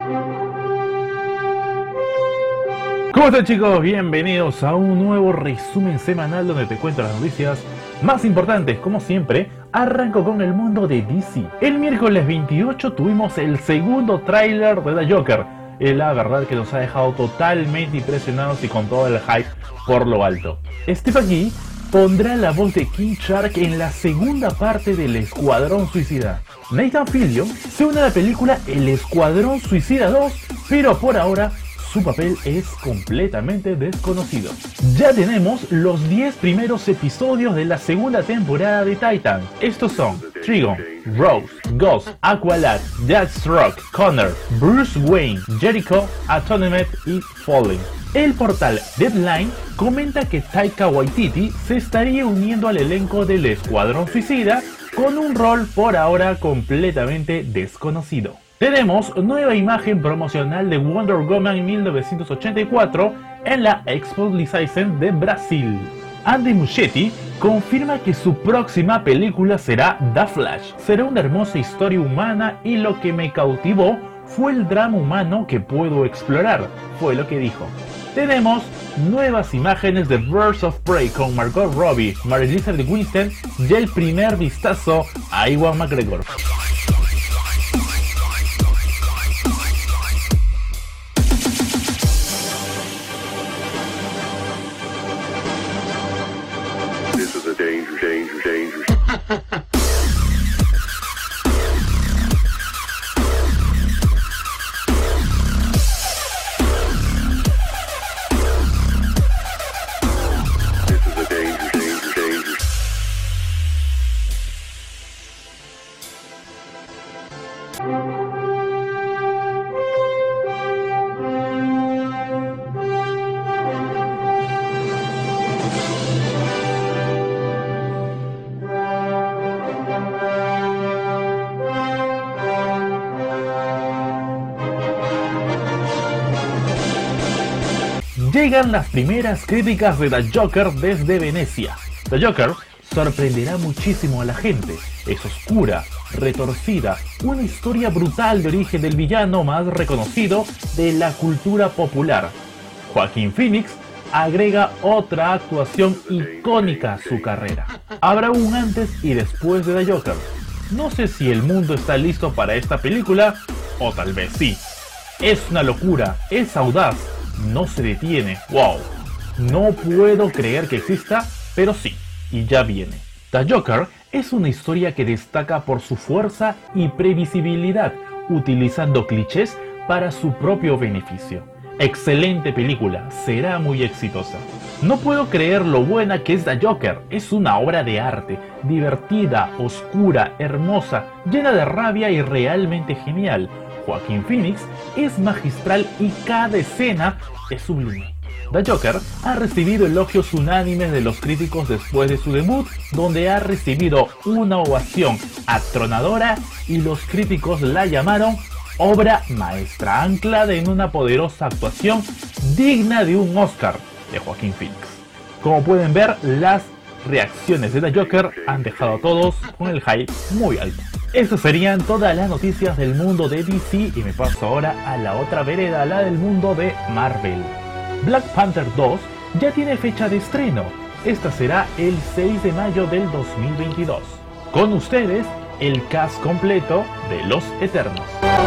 ¿Cómo están, chicos? Bienvenidos a un nuevo resumen semanal donde te cuento las noticias más importantes. Como siempre, arranco con el mundo de DC. El miércoles 28 tuvimos el segundo tráiler de The Joker. La verdad que nos ha dejado totalmente impresionados y con todo el hype por lo alto. Steve McGee pondrá la voz de King Shark en la segunda parte del Escuadrón Suicida. Nathan Fillion se une a la película El Escuadrón Suicida 2, pero por ahora su papel es completamente desconocido. Ya tenemos los 10 primeros episodios de la segunda temporada de Titan. Estos son Trigon, Rose, Ghost, Aqualad, Deathstroke, Connor, Bruce Wayne, Jericho, Atonement y Fallen. El portal Deadline comenta que Taika Waititi se estaría uniendo al elenco del Escuadrón Suicida con un rol por ahora completamente desconocido. Tenemos nueva imagen promocional de Wonder Woman 1984 en la Expo License de Brasil. Andy Muschietti confirma que su próxima película será The Flash. Será una hermosa historia humana y lo que me cautivó fue el drama humano que puedo explorar, fue lo que dijo. Tenemos nuevas imágenes de Birds of Prey con Margot Robbie, Mary Elizabeth Winstead y el primer vistazo a Ewan McGregor. This is a danger. Llegan las primeras críticas de The Joker desde Venecia. The Joker sorprenderá muchísimo a la gente. Es oscura, retorcida, una historia brutal de origen del villano más reconocido de la cultura popular. Joaquin Phoenix agrega otra actuación icónica a su carrera. Habrá un antes y después de The Joker. No sé si el mundo está listo para esta película, o tal vez sí. Es una locura, es audaz, no se detiene, wow. No puedo creer que exista, pero sí, y ya viene. The Joker es una historia que destaca por su fuerza y previsibilidad, utilizando clichés para su propio beneficio. Excelente película, será muy exitosa. No puedo creer lo buena que es The Joker, es una obra de arte, divertida, oscura, hermosa, llena de rabia y realmente genial. Joaquin Phoenix es magistral y cada escena es sublime. The Joker ha recibido elogios unánimes de los críticos después de su debut, donde ha recibido una ovación atronadora y los críticos la llamaron obra maestra, anclada en una poderosa actuación digna de un Oscar de Joaquin Phoenix. Como pueden ver, las reacciones de The Joker han dejado a todos con el hype muy alto. Estas serían todas las noticias del mundo de DC y me paso ahora a la otra vereda, la del mundo de Marvel. Black Panther 2 ya tiene fecha de estreno. Esta será el 6 de mayo del 2022. Con ustedes, el cast completo de Los Eternos.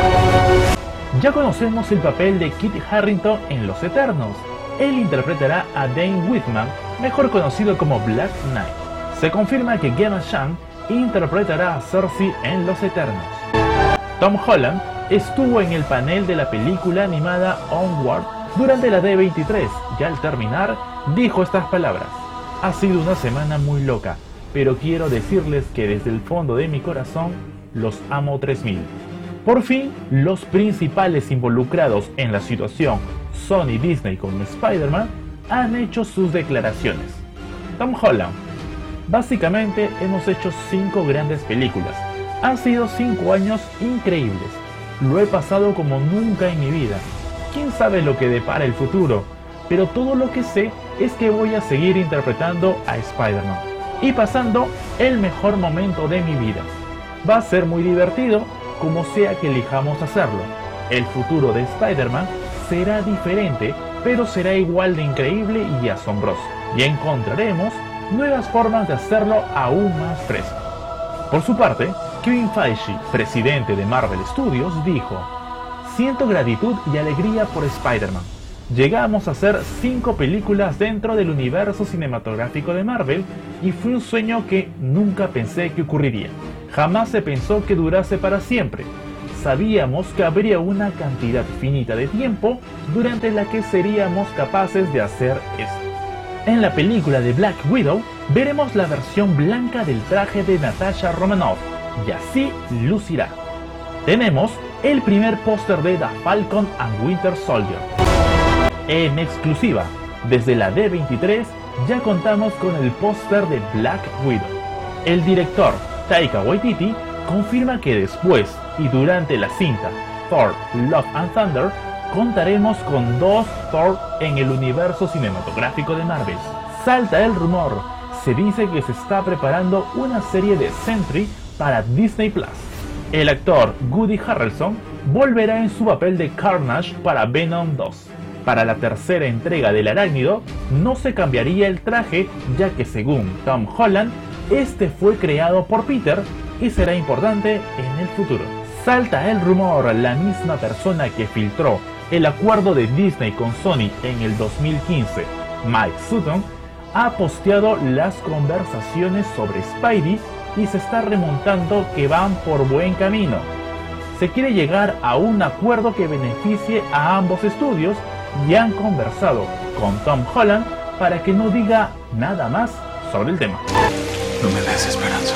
Ya conocemos el papel de Kit Harington en Los Eternos. Él interpretará a Dane Whitman, mejor conocido como Black Knight. Se confirma que Gemma Chan interpretará a Cersei en Los Eternos. Tom Holland estuvo en el panel de la película animada Onward durante la D23 y al terminar dijo estas palabras: ha sido una semana muy loca, pero quiero decirles que desde el fondo de mi corazón los amo 3000. Por fin, los principales involucrados en la situación, Sony y Disney con Spider-Man, han hecho sus declaraciones. Tom Holland: básicamente hemos hecho 5 grandes películas. Han sido 5 años increíbles. Lo he pasado como nunca en mi vida. Quién sabe lo que depara el futuro, pero todo lo que sé es que voy a seguir interpretando a Spider-Man y pasando el mejor momento de mi vida. Va a ser muy divertido como sea que elijamos hacerlo. El futuro de Spider-Man será diferente, pero será igual de increíble y asombroso, y encontraremos nuevas formas de hacerlo aún más fresco. Por su parte, Kevin Feige, presidente de Marvel Studios, dijo: "Siento gratitud y alegría por Spider-Man. Llegamos a hacer 5 películas dentro del universo cinematográfico de Marvel y fue un sueño que nunca pensé que ocurriría. Jamás se pensó que durase para siempre. Sabíamos que habría una cantidad finita de tiempo durante la que seríamos capaces de hacer esto". En la película de Black Widow veremos la versión blanca del traje de Natasha Romanoff, y así lucirá. Tenemos el primer póster de The Falcon and Winter Soldier. En exclusiva, desde la D23 ya contamos con el póster de Black Widow. El director Taika Waititi confirma que después y durante la cinta Thor: Love and Thunder contaremos con 2 Thor en el universo cinematográfico de Marvel. Salta el rumor, se dice que se está preparando una serie de Sentry para Disney Plus. El actor Woody Harrelson volverá en su papel de Carnage para Venom 2. Para la tercera entrega del Arácnido no se cambiaría el traje, ya que según Tom Holland, este fue creado por Peter y será importante en el futuro. Salta el rumor, la misma persona que filtró el acuerdo de Disney con Sony en el 2015, Mike Sutton, ha posteado las conversaciones sobre Spidey y se está remontando que van por buen camino. Se quiere llegar a un acuerdo que beneficie a ambos estudios y han conversado con Tom Holland para que no diga nada más sobre el tema. No me des esperanza.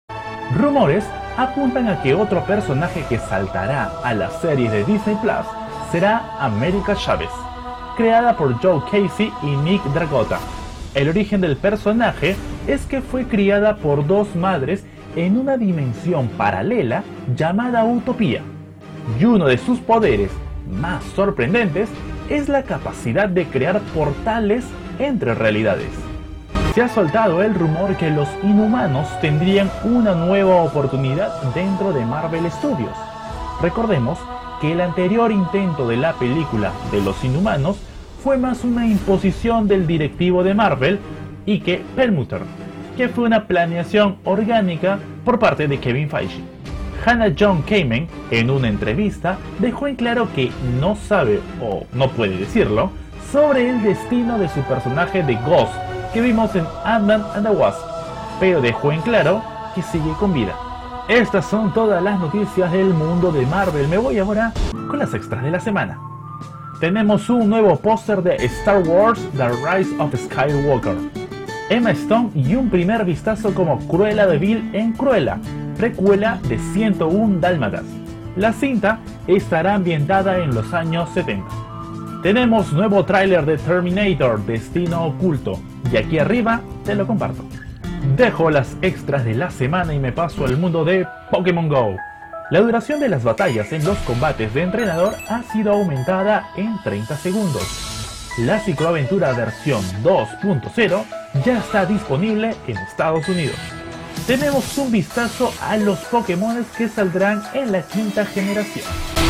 Rumores apuntan a que otro personaje que saltará a la serie de Disney Plus será America Chavez, creada por Joe Casey y Nick Dragotta. El origen del personaje es que fue criada por 2 madres en una dimensión paralela llamada Utopía, y uno de sus poderes más sorprendentes es la capacidad de crear portales entre realidades. Se ha soltado el rumor que los Inhumanos tendrían una nueva oportunidad dentro de Marvel Studios. Recordemos que el anterior intento de la película de los Inhumanos fue más una imposición del directivo de Marvel y que Perlmutter, que fue una planeación orgánica por parte de Kevin Feige. Hannah John Kamen, en una entrevista, dejó en claro que no sabe, o no puede decirlo, sobre el destino de su personaje de Ghost que vimos en Ant-Man and the Wasp, pero dejó en claro que sigue con vida. Estas son todas las noticias del mundo de Marvel. Me voy ahora con las extras de la semana. Tenemos un nuevo póster de Star Wars The Rise of Skywalker, Emma Stone y un primer vistazo como Cruella de Vil en Cruella, precuela de 101 Dálmatas. La cinta estará ambientada en los años 70. Tenemos nuevo tráiler de Terminator Destino Oculto, y aquí arriba te lo comparto. Dejo las extras de la semana y me paso al mundo de Pokémon GO. La duración de las batallas en los combates de entrenador ha sido aumentada en 30 segundos. La cicloaventura versión 2.0 ya está disponible en Estados Unidos. Tenemos un vistazo a los Pokémon que saldrán en la 5ª generación.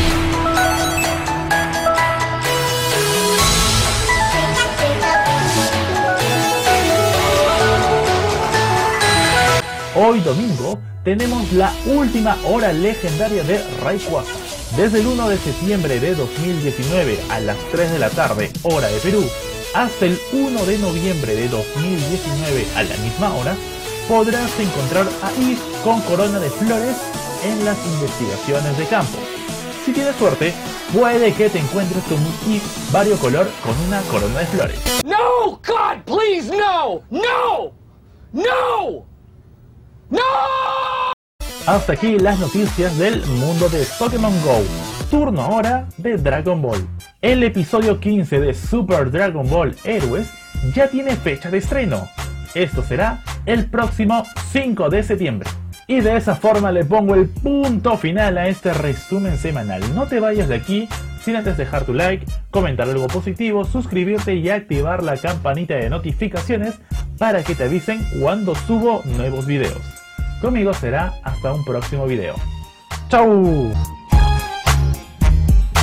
Hoy domingo tenemos la última hora legendaria de Rayquaza. Desde el 1 de septiembre de 2019 a las 3 de la tarde, hora de Perú, hasta el 1 de noviembre de 2019 a la misma hora, podrás encontrar a Eve con corona de flores en las investigaciones de campo. Si tienes suerte, puede que te encuentres con un Eve variocolor con una corona de flores. No! God, please, no! No! No! ¡No! Hasta aquí las noticias del mundo de Pokémon GO. Turno ahora de Dragon Ball. El episodio 15 de Super Dragon Ball Heroes ya tiene fecha de estreno. Esto será el próximo 5 de septiembre. Y de esa forma le pongo el punto final a este resumen semanal. No te vayas de aquí sin antes dejar tu like, comentar algo positivo, suscribirte y activar la campanita de notificaciones para que te avisen cuando subo nuevos videos. Conmigo será hasta un próximo video. ¡Chao!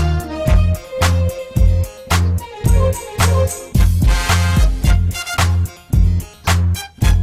Chao.